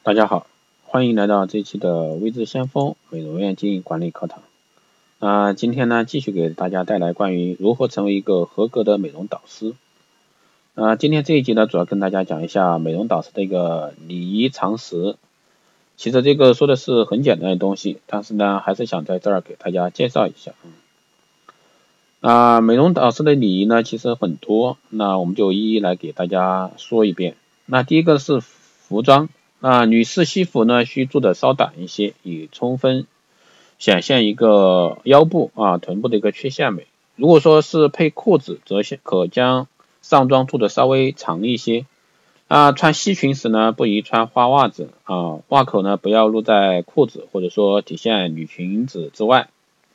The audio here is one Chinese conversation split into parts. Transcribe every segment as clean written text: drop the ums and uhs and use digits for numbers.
大家好，欢迎来到这期的微智先锋美容院经营管理课堂。今天呢，继续给大家带来关于如何成为一个合格的美容导师。今天这一集呢，主要跟大家讲一下美容导师的一个礼仪常识。其实这个说的是很简单的东西，但是呢，还是想在这儿给大家介绍一下。美容导师的礼仪呢，其实很多，那我们就一一来给大家说一遍。那第一个是服装。女士西服呢需做的稍短一些，以充分显现一个腰部臀部的一个曲线美。如果说是配裤子，则可将上装做的稍微长一些。穿西裙时呢，不宜穿花袜子袜口呢不要露在裤子或者说体现女裙子之外。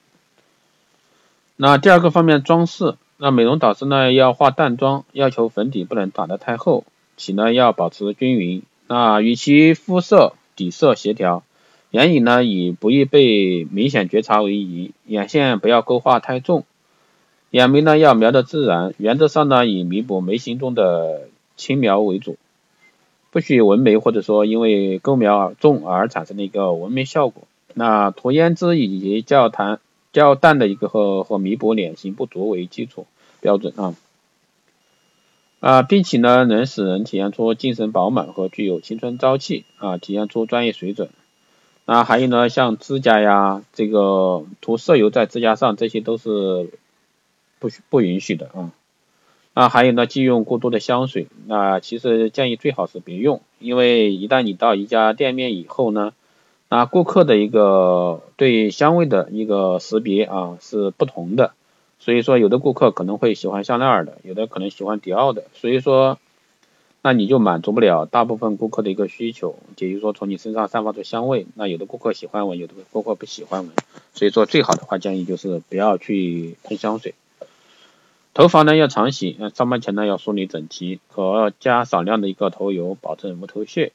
那第二个方面，装饰。美容导师呢要化淡妆，要求粉底不能打得太厚，其呢要保持均匀。与其肤色底色协调，眼影呢以不易被明显觉察为宜，眼线不要勾画太重，眼眉呢要描得自然，原则上呢以弥补眉形中的轻描为主，不许纹眉或者说因为勾描重而产生的一个纹眉效果。涂胭脂以及较淡的一个和弥补脸型不足为基础标准并且呢能使人体现出精神饱满和具有青春朝气体现出专业水准。还有呢像指甲呀，这个涂色油在指甲上，这些都是不允许的还有呢忌用过多的香水，其实建议最好是别用，因为一旦你到一家店面以后呢，顾客的一个对香味的一个识别是不同的。所以说有的顾客可能会喜欢香奈儿的，有的可能喜欢迪奥的，所以说那你就满足不了大部分顾客的一个需求，也就是说从你身上散发出香味，那有的顾客喜欢闻，有的顾客不喜欢闻，所以说最好的话建议就是不要去喷香水。头发呢要常洗，上班前呢要梳理整齐，可加少量的一个头油，保证无头屑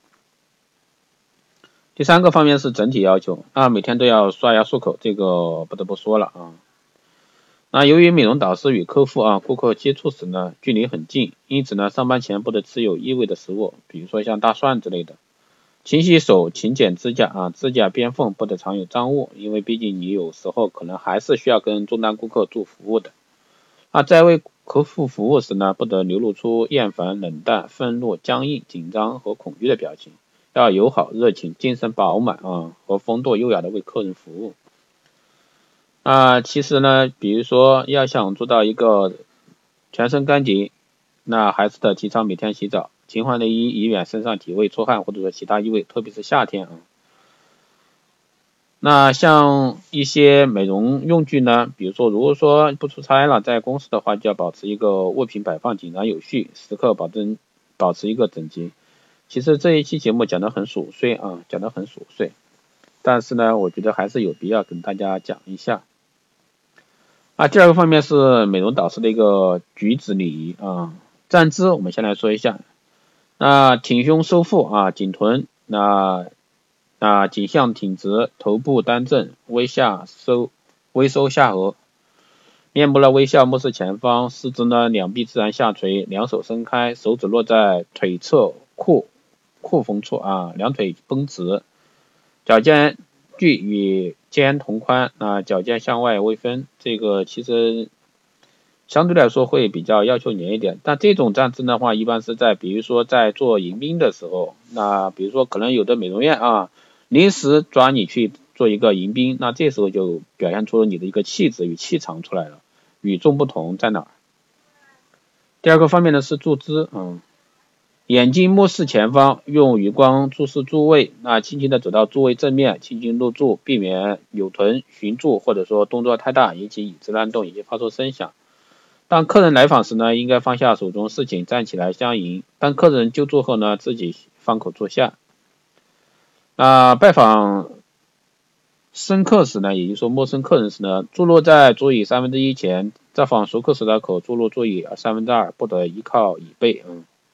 第三个方面是整体要求每天都要刷牙漱口，这个不得不说了由于美容导师与客户顾客接触时呢距离很近，因此呢上班前不得吃有异味的食物，比如说像大蒜之类的。勤洗手，勤剪指甲指甲边缝不得藏有脏物，因为毕竟你有时候可能还是需要跟终端顾客做服务的在为客户服务时呢，不得流露出厌烦、冷淡、愤怒、僵硬、紧张和恐惧的表情，要友好、热情、精神饱满和风度优雅的为客人服务其实呢，比如说要想做到一个全身干净，还是得提倡每天洗澡，勤换内衣，以免身上体味、出汗或者说其他异味，特别是夏天像一些美容用具呢，比如说如果说不出差了，在公司的话就要保持一个物品摆放井然有序，时刻保持一个整洁。其实这一期节目讲得很琐碎但是呢我觉得还是有必要跟大家讲一下第二个方面是美容导师的一个举止礼仪站姿。我们先来说一下挺胸收腹颈臀颈项挺直，头部端正，微收下颌，面部呢微笑，目视前方，四肢呢两臂自然下垂，两手伸开，手指落在腿侧裤缝处两腿绷直，脚尖距与肩同宽脚尖向外微分，这个其实相对来说会比较要求严一点，但这种站姿的话一般是在比如说在做迎宾的时候，比如说可能有的美容院临时抓你去做一个迎宾，那这时候就表现出你的一个气质与气场出来了，与众不同在哪儿？第二个方面呢是坐姿眼睛目视前方，用余光注视座位轻轻的走到座位正面，轻轻入座，避免扭臀寻坐或者说动作太大引起椅子乱动以及发出声响。当客人来访时呢，应该放下手中事情，站起来相迎。当客人就座后呢，自己放口坐下拜访生客时呢，也就是说陌生客人时呢，坐落在座椅1/3前，造访熟客时呢，可坐落座椅2/3，不得依靠椅背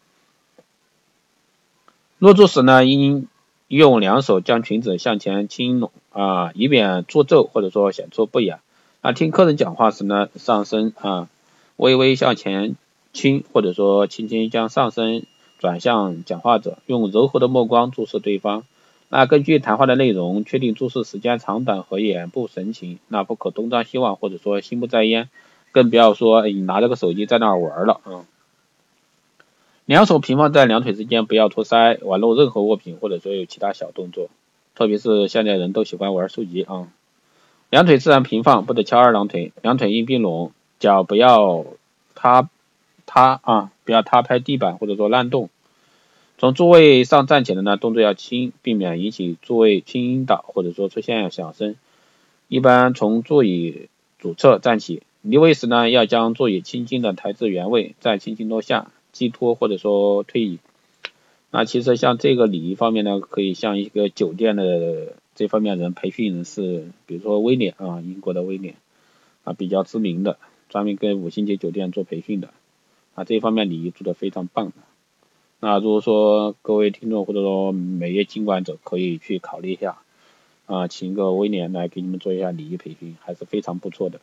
落座时呢，应用两手将裙子向前轻拢以免作皱或者说显出不雅听客人讲话时呢，上身微微向前倾，或者说轻轻将上身转向讲话者，用柔和的目光注视对方。那根据谈话的内容确定注视时间长短和眼部神情，那不可东张西望或者说心不在焉，更不要说你拿着个手机在那儿玩了啊。两手平放在两腿之间，不要托腮，玩弄任何物品或者说有其他小动作，特别是现在人都喜欢玩手机啊。两腿自然平放，不得翘二郎腿，两腿硬并拢，脚不要不要踏拍地板或者说乱动。从座位上站起来呢，动作要轻，避免引起座位倾倒或者说出现响声。一般从座椅左侧站起，离位时呢，要将座椅轻轻的抬至原位，再轻轻落下，寄托或者说推移。那其实像这个礼仪方面呢，可以像一个酒店的这方面人培训人士，比如说威廉啊，英国的威廉啊，比较知名的，专门跟5星级酒店做培训的啊，这方面礼仪做得非常棒的。那如果说各位听众或者说美业经管者可以去考虑一下啊，请个威廉来给你们做一下礼仪培训，还是非常不错的。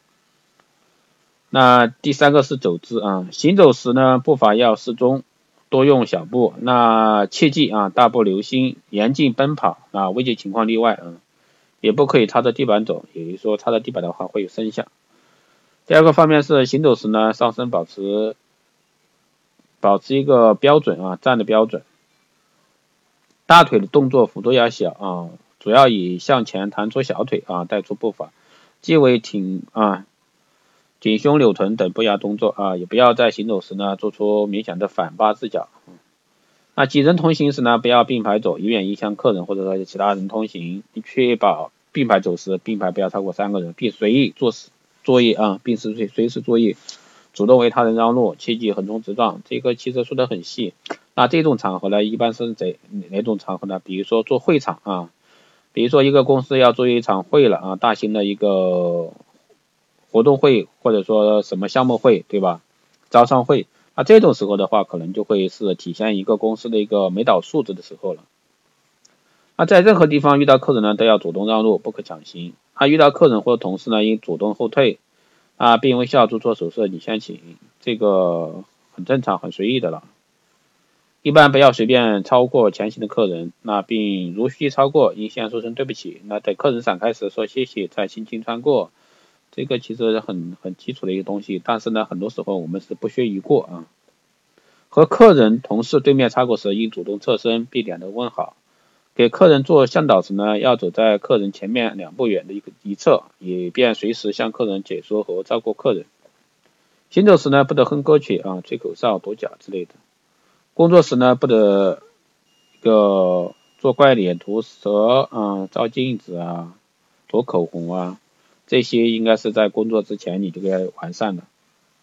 那第三个是走姿啊，行走时呢，步伐要适中，多用小步，那切记啊，大步流星，严禁奔跑啊，危急情况例外啊，也不可以擦着地板走，也就是说擦着地板的话会有声响。第二个方面是行走时呢，上身保持一个标准啊，站的标准，大腿的动作幅度要小啊，主要以向前弹出小腿啊带出步伐，既为挺胸扭臀等不雅动作啊，也不要在行走时呢做出明显的反八字脚。那几人同行时呢，不要并排走，以免影响客人或者说其他人通行，确保并排走时并排不要超过3个人，并随意作业啊，并随时作业。主动为他人让路，切忌横冲直撞，这个其实说的很细。那这种场合呢，一般是哪种场合呢？比如说做会场啊，比如说一个公司要做一场会了啊，大型的一个活动会或者说什么项目会，对吧？招商会，那这种时候的话，可能就会是体现一个公司的一个领导素质的时候了。那在任何地方遇到客人呢，都要主动让路，不可抢行。遇到客人或者同事呢，应主动后退。并微笑做出手势，你先请，这个很正常很随意的了。一般不要随便超过前行的客人，那并如需超过应先说声对不起，那等客人闪开时说谢谢，再轻轻穿过。这个其实很基础的一个东西，但是呢很多时候我们是不屑一顾啊。和客人同事对面擦过时应主动侧身，避免的问好。给客人做向导时呢，要走在客人前面2步远的一侧，以便随时向客人解说和照顾客人。行走时呢，不得哼歌曲啊、吹口哨、跺脚之类的。工作时呢，不得做怪脸、涂舌照镜子啊、涂口红啊，这些应该是在工作之前你就该完善的。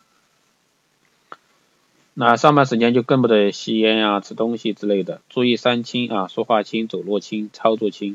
那上班时间就更不得吸烟呀、吃东西之类的，注意3轻啊，说话轻、走路轻、操作轻。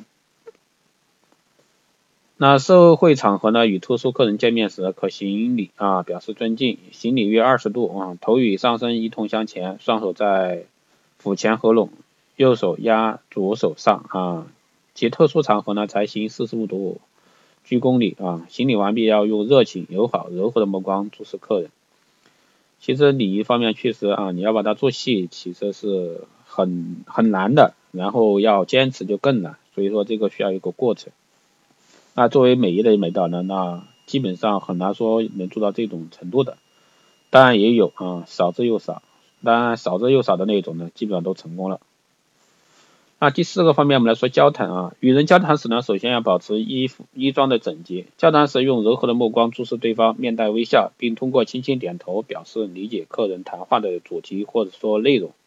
那社会场合呢，与特殊客人见面时，可行礼啊，表示尊敬，行礼约20度啊，头与上身一同向前，双手在腹前合拢，右手压左手上啊。其特殊场合呢，才行45度鞠躬礼啊。行礼完毕要用热情、友好、柔和的目光注视客人。其实礼仪方面确实啊，你要把它做细，其实是很难的，然后要坚持就更难，所以说这个需要一个过程。那作为美业的美导呢，那基本上很难说能做到这种程度的，当然也有啊，少之又少，当然少之又少的那种呢，基本上都成功了。那第4个方面我们来说交谈啊，与人交谈时呢，首先要保持衣装的整洁，交谈时用柔和的目光注视对方，面带微笑，并通过轻轻点头表示理解客人谈话的主题或者说内容。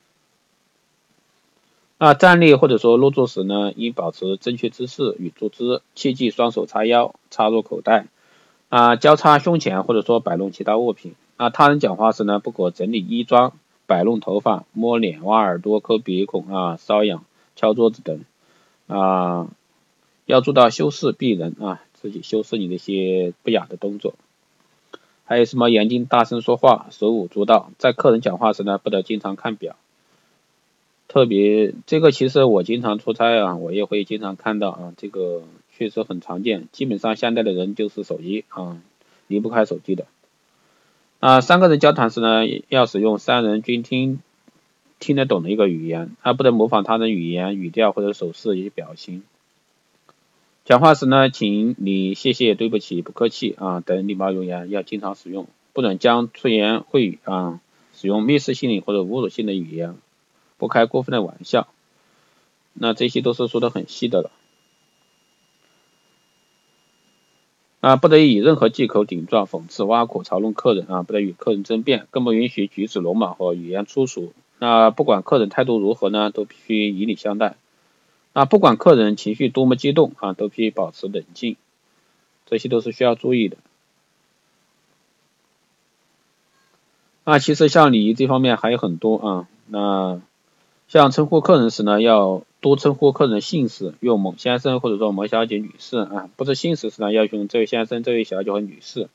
站立或者说入座时呢，应保持正确姿势与坐姿，切忌双手叉腰、插入口袋交叉胸前或者说摆弄其他物品。他人讲话时呢，不可整理衣装、摆弄头发、摸脸、挖耳朵、抠鼻孔搔痒、敲桌子等要做到修饰避人自己修饰你的一些不雅的动作。还有什么眼睛大声说话、手舞足蹈，在客人讲话时呢，不得经常看表。特别这个其实我经常出差我也会经常看到这个确实很常见，基本上现在的人就是手机离不开手机的。3个人交谈时呢，要使用3人均听听得懂的一个语言，而不得模仿他人语言、语调或者手势以及表情。讲话时呢，请你、谢谢、对不起、不客气等礼貌用言要经常使用，不准将粗言秽语使用蔑视性或者侮辱性的语言，不开过分的玩笑。那这些都是说的很细的了。不得以任何借口顶撞、讽刺、挖苦、嘲弄客人不得与客人争辩，更不允许举止鲁莽或语言粗俗。不管客人态度如何呢，都必须以礼相待。不管客人情绪多么激动都必须保持冷静，这些都是需要注意的。其实像礼仪这方面还有很多像称呼客人时呢，要多称呼客人姓氏，用某先生或者说某小姐、女士不是姓氏时呢，要用这位先生、这位小姐和女士。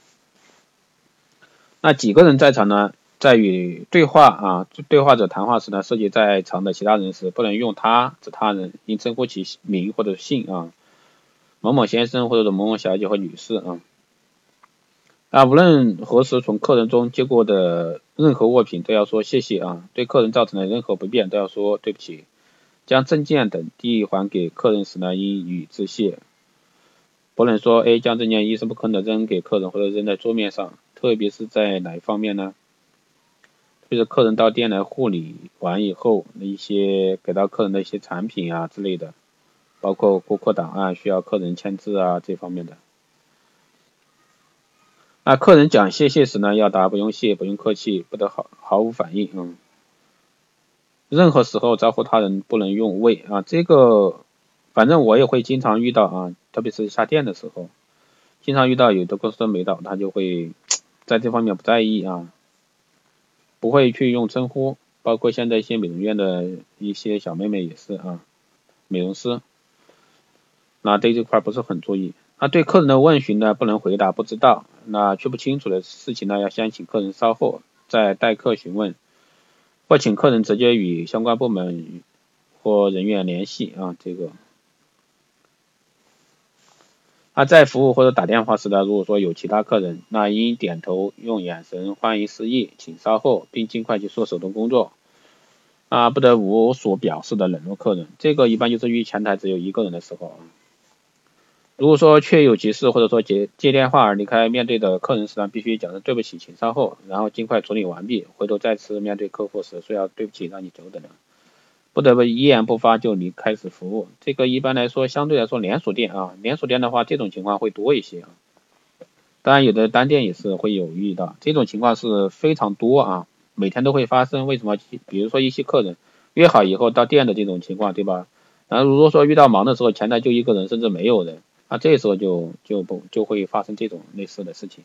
几个人在场呢，在与对话者谈话时呢，涉及在场的其他人时，不能用他指他人，应称呼其名或者姓某某先生或者某某小姐或女士无论何时从客人中接过的任何物品都要说谢谢对客人造成的任何不便都要说对不起。将证件等递还给客人时呢，应予致谢，不能说将证件一声不吭的扔给客人或者扔在桌面上，特别是在哪一方面呢？就是客人到店来护理完以后，一些给到客人的一些产品之类的，包括顾客档案需要客人签字这方面的。客人讲谢谢时呢，要答不用谢，不用客气，不得毫无反应任何时候招呼他人不能用喂这个反正我也会经常遇到特别是下店的时候，经常遇到有的公司美导他就会在这方面不在意不会去用称呼，包括现在一些美容院的一些小妹妹也是美容师，对这块不是很注意。对客人的问询呢，不能回答不知道，确不清楚的事情呢，要先请客人稍后再代客询问，或请客人直接与相关部门或人员联系这个。在服务或者打电话时呢，如果说有其他客人，应点头用眼神欢迎示意，请稍后，并尽快去做手动工作不得无所表示的冷落客人，这个一般就是于前台只有一个人的时候如果说确有急事或者说接电话而离开面对的客人时呢，必须讲声对不起，请稍后，然后尽快处理完毕，回头再次面对客户时说要对不起让你久等了，不得不一言不发就离开始服务。这个一般来说相对来说连锁店连锁店的话这种情况会多一些当然有的单店也是会有遇到，这种情况是非常多每天都会发生。为什么？比如说一些客人约好以后到店的这种情况，对吧？如果说遇到忙的时候前台就一个人甚至没有人这时候就会发生这种类似的事情。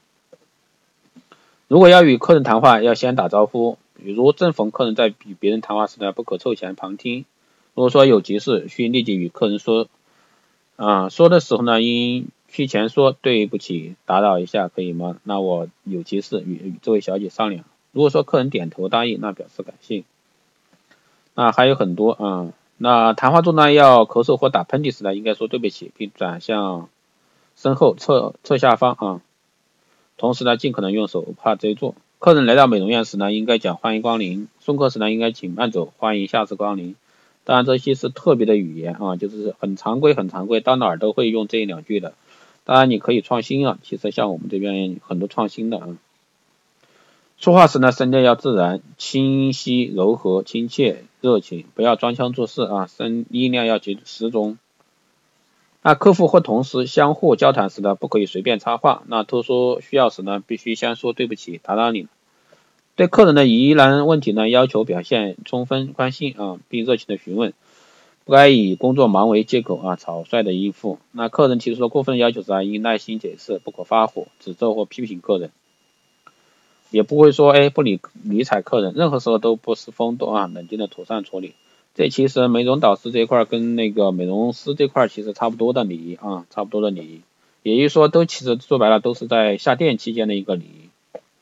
如果要与客人谈话，要先打招呼，比如正逢客人在与别人谈话时呢，不可凑前旁听。如果说有急事，需立即与客人说说的时候呢，应去前说对不起，打扰一下可以吗？我有急事与这位小姐商量。如果说客人点头答应，那表示感谢。还有很多谈话中呢，要咳嗽或打喷嚏时呢，应该说对不起，并转向身后侧下方同时呢，尽可能用手帕遮住。客人来到美容院时呢，应该讲欢迎光临；送客时呢，应该请慢走，欢迎下次光临。当然这些是特别的语言就是很常规，到哪儿都会用这两句的。当然你可以创新其实像我们这边很多创新的说话时呢，声调要自然、清晰、柔和、亲切、热情，不要装腔作势声音量要适中。客户或同事相互交谈时呢，不可以随便插话。特殊需要时呢，必须先说对不起，打扰你了。对客人的疑难问题呢，要求表现充分关心并热情的询问，不该以工作忙为借口草率的应付。客人提出了过分的要求时应耐心解释，不可发火、指责或批评客人。也不会说不理睬客人，任何时候都不失风度冷静的妥善处理。这其实美容导师这块跟那个美容师这块其实差不多的礼仪差不多的礼仪，也就是说其实说白了都是在下店期间的一个礼仪。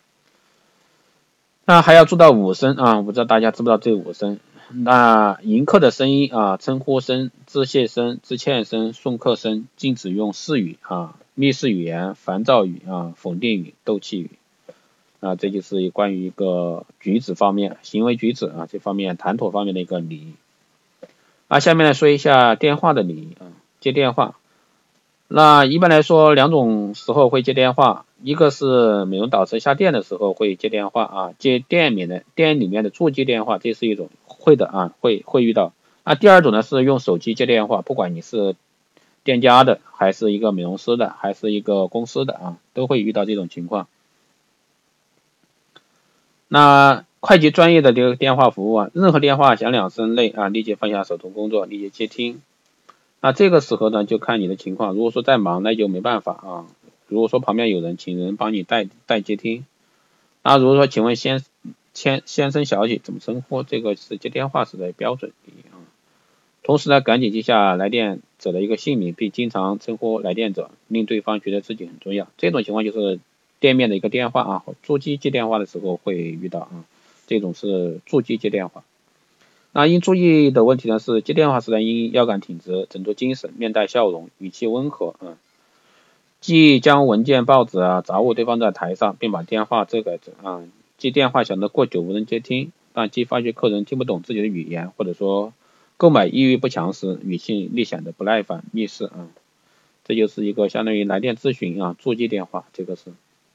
还要做到5声我不知道大家知不知道这5声。迎客的声音称呼声、致谢声、致歉声、送客声，禁止用誓语蔑视语言、烦躁语否定语、斗气语。 这就是关于一个举止方面、行为举止这方面谈吐方面的一个礼仪。下面来说一下电话的礼仪接电话。那一般来说两种时候会接电话，一个是美容导师下店的时候会接电话接店里面的座机电话，这是一种会的会遇到。第二种呢是用手机接电话，不管你是店家的还是一个美容师的还是一个公司的都会遇到这种情况。那快捷专业的这个电话服务任何电话响2声内立即放下手头工作，立即接听。这个时候呢就看你的情况，如果说在忙那就没办法如果说旁边有人，请人帮你代接听。如果说请问先生小姐怎么称呼，这个是接电话时的标准礼仪同时呢赶紧记下来电者的一个姓名，并经常称呼来电者，令对方觉得自己很重要。这种情况就是店面的一个电话座机接电话的时候会遇到这种是座机接电话。应注意的问题呢是接电话时呢应腰杆挺直，振作精神，面带笑容，语气温和既将文件、报纸杂物堆放在台上，并把电话遮盖着既电话响得过久无人接听，但既发觉客人听不懂自己的语言，或者说购买意欲不强时，语气略显得不耐烦密室这就是一个相当于来电咨询座机电话，这个是。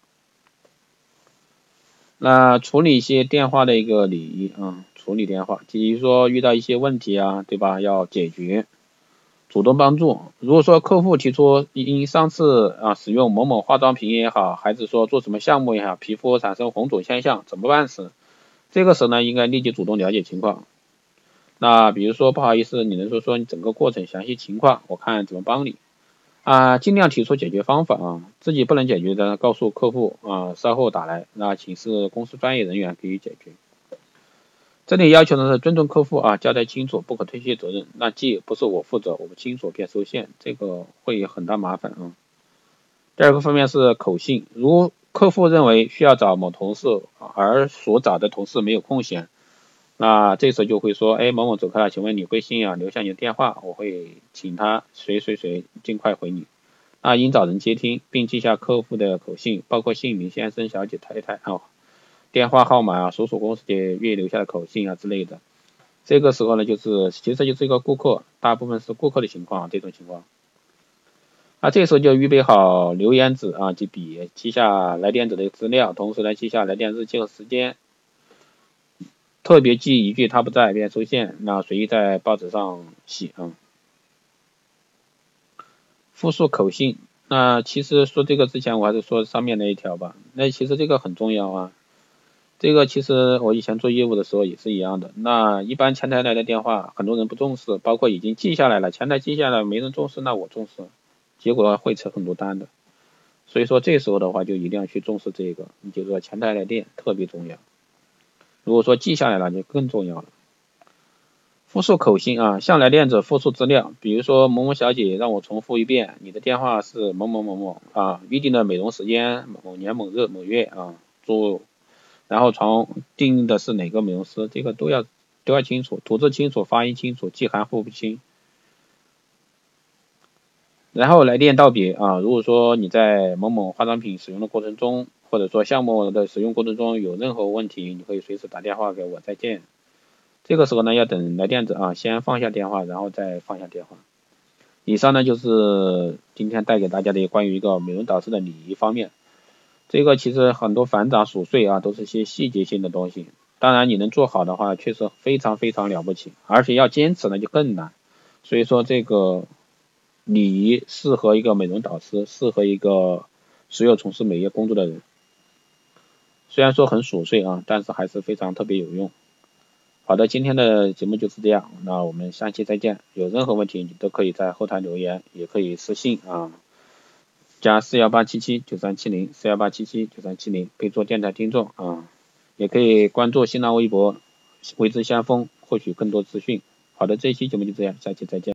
处理一些电话的一个礼仪处理电话，比如说遇到一些问题对吧，要解决，主动帮助。如果说客户提出因上次使用某某化妆品也好，还是说做什么项目也好，皮肤产生红肿现象怎么办时，这个时候呢应该立即主动了解情况。比如说不好意思，你能说你整个过程详细情况，我看怎么帮你尽量提出解决方法自己不能解决的告诉客户稍后打来，请示公司专业人员给予解决。这里要求的是尊重客户交代清楚，不可推卸责任。既不是我负责，我不清楚便收线，这个会有很大麻烦第二个方面是口信，如客户认为需要找某同事而所找的同事没有空闲，这时候就会说某某走开了，请问你微信留下你的电话，我会请他谁尽快回你应找人接听，并记下客户的口信，包括姓名、先生、小姐、太太电话号码所属公司的月留下的口信之类的。这个时候呢其实就是一个顾客，大部分是顾客的情况这种情况这时候就预备好留言纸及笔，记下来电者的资料，同时呢记下来电日期和时间，特别记一句他不在便收线，随意在报纸上写复述口信。其实说这个之前我还是说上面那一条吧，其实这个很重要这个其实我以前做业务的时候也是一样的，一般前台来的电话很多人不重视，包括已经记下来了，前台记下来没人重视，我重视，结果会扯很多单的。所以说这时候的话就一定要去重视这个，你就说前台来电特别重要，如果说记下来了就更重要了。复述口信向来电者复述资料，比如说某某小姐让我重复一遍，你的电话是某某某某预定的美容时间某年某日某月然后定的是哪个美容师，这个都要清楚，吐字清楚，发音清楚，既含糊不清。然后来电道别如果说你在某某化妆品使用的过程中，或者说项目的使用过程中有任何问题，你可以随时打电话给我，再见。这个时候呢要等来电者先放下电话，然后再放下电话。以上呢就是今天带给大家的关于一个美容导师的礼仪方面。这个其实很多繁杂琐碎都是一些细节性的东西，当然你能做好的话确实非常非常了不起，而且要坚持呢就更难。所以说这个礼仪适合一个美容导师，适合一个所有从事美业工作的人。虽然说很琐碎但是还是非常特别有用。好的，今天的节目就是这样，我们下期再见。有任何问题你都可以在后台留言，也可以私信加418779370，418779370，备注电台听众也可以关注新浪微博为之先锋，获取更多资讯。好的，这一期节目就这样，下期再见。